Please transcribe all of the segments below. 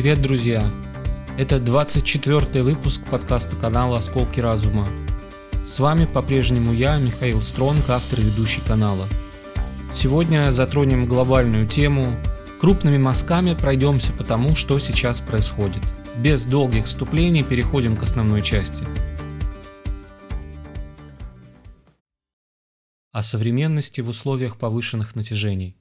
Привет, друзья! Это 24-й выпуск подкаста канала «Осколки разума». С вами по-прежнему я, Михаил Стронг, автор и ведущий канала. Сегодня затронем глобальную тему. Крупными мазками пройдемся по тому, что сейчас происходит. Без долгих вступлений переходим к основной части. О современности в условиях повышенных натяжений.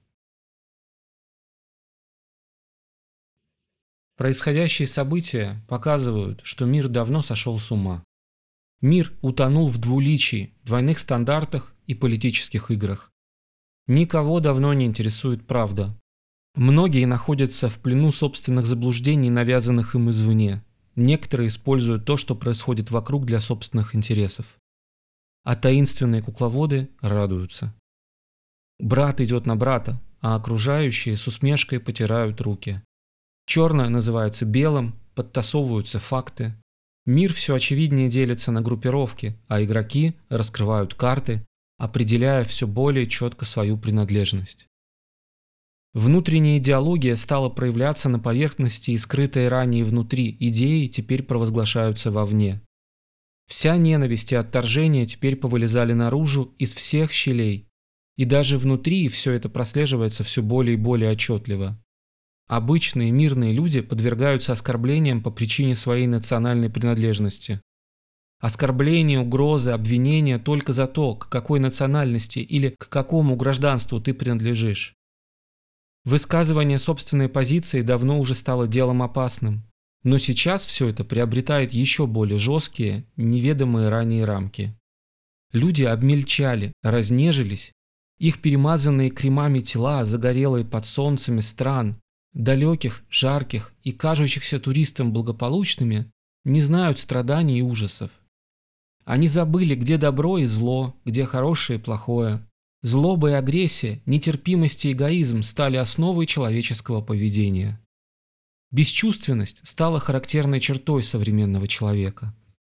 Происходящие события показывают, что мир давно сошел с ума. Мир утонул в двуличии, двойных стандартах и политических играх. Никого давно не интересует правда. Многие находятся в плену собственных заблуждений, навязанных им извне. Некоторые используют то, что происходит вокруг, для собственных интересов. А таинственные кукловоды радуются. Брат идет на брата, а окружающие с усмешкой потирают руки. Черное называется белым, подтасовываются факты. Мир все очевиднее делится на группировки, а игроки раскрывают карты, определяя все более четко свою принадлежность. Внутренняя идеология стала проявляться на поверхности, и скрытые ранее внутри идеи теперь провозглашаются вовне. Вся ненависть и отторжение теперь повылезали наружу из всех щелей, и даже внутри все это прослеживается все более и более отчетливо. Обычные мирные люди подвергаются оскорблениям по причине своей национальной принадлежности. Оскорбления, угрозы, обвинения только за то, к какой национальности или к какому гражданству ты принадлежишь. Высказывание собственной позиции давно уже стало делом опасным, но сейчас все это приобретает еще более жесткие, неведомые ранее рамки. Люди обмельчали, разнежились, их перемазанные кремами тела, загорелые под солнцами стран, далеких, жарких и кажущихся туристам благополучными, не знают страданий и ужасов. Они забыли, где добро и зло, где хорошее и плохое. Злоба и агрессия, нетерпимость и эгоизм стали основой человеческого поведения. Бесчувственность стала характерной чертой современного человека.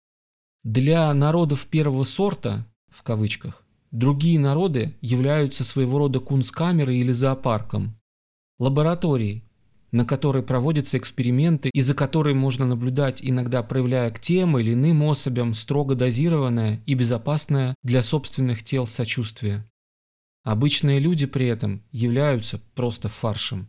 Для народов первого сорта, в кавычках, другие народы являются своего рода кунсткамерой или зоопарком. Лабораторией, на которой проводятся эксперименты и за которой можно наблюдать, иногда проявляя к тем или иным особям строго дозированное и безопасное для собственных тел сочувствие. Обычные люди при этом являются просто фаршем.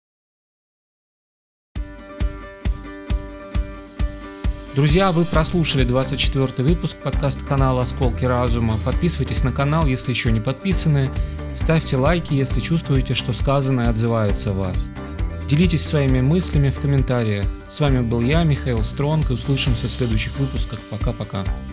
Друзья, вы прослушали 24-й выпуск подкаста канала «Осколки разума». Подписывайтесь на канал, если еще не подписаны. Ставьте лайки, если чувствуете, что сказанное отзывается о вас. Делитесь своими мыслями в комментариях. С вами был я, Михаил Стронг, и услышимся в следующих выпусках. Пока-пока.